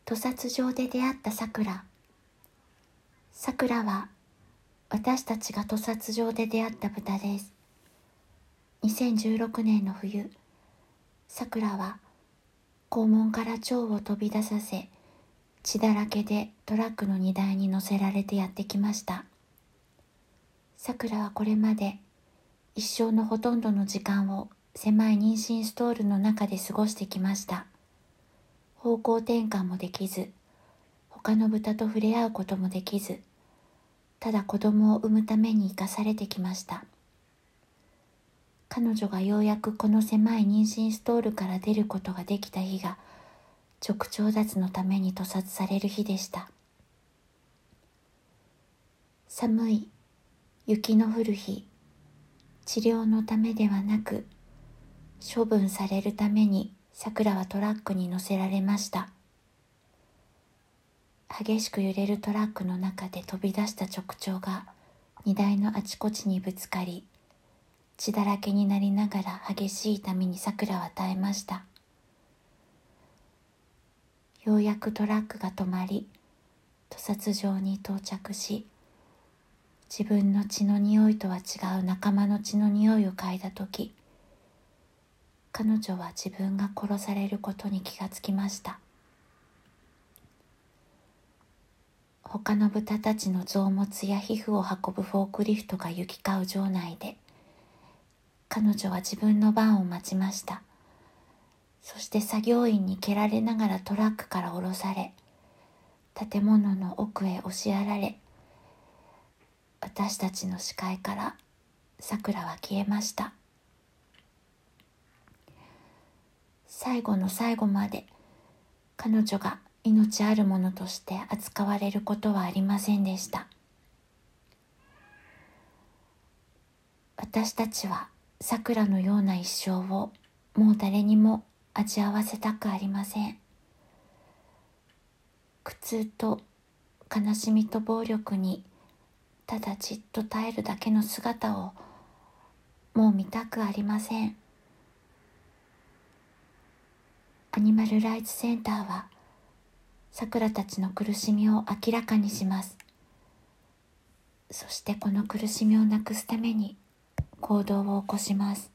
屠殺場で出会ったさくら。さくらは私たちが屠殺場で出会った豚です。2016年の冬、さくらは肛門から腸を飛び出させ、血だらけでトラックの荷台に乗せられてやってきました。さくらはこれまで一生のほとんどの時間を狭い妊娠ストールの中で過ごしてきました。方向転換もできず、他の豚と触れ合うこともできず、ただ子供を産むために生かされてきました。彼女がようやくこの狭い妊娠ストールから出ることができた日が、直腸脱のために屠殺される日でした。寒い雪の降る日、治療のためではなく、処分されるためにさくらはトラックに乗せられました。激しく揺れるトラックの中で飛び出した直腸が荷台のあちこちにぶつかり、血だらけになりながら激しい痛みにさくらは耐えました。ようやくトラックが止まり、屠殺場に到着し、自分の血の匂いとは違う仲間の血の匂いを嗅いだとき、彼女は自分が殺されることに気がつきました。他の豚たちの臓物や皮膚を運ぶフォークリフトが行き交う場内で、彼女は自分の番を待ちました。そして作業員に蹴られながらトラックから降ろされ、建物の奥へ押しやられ、私たちの視界からさくらは消えました。最後の最後まで彼女が命あるものとして扱われることはありませんでした。私たちはさくらのような一生をもう誰にも味わわせたくありません。苦痛と悲しみと暴力にただじっと耐えるだけの姿をもう見たくありません。アニマルライツセンターはさくらたちの苦しみを明らかにします。そしてこの苦しみをなくすために行動を起こします。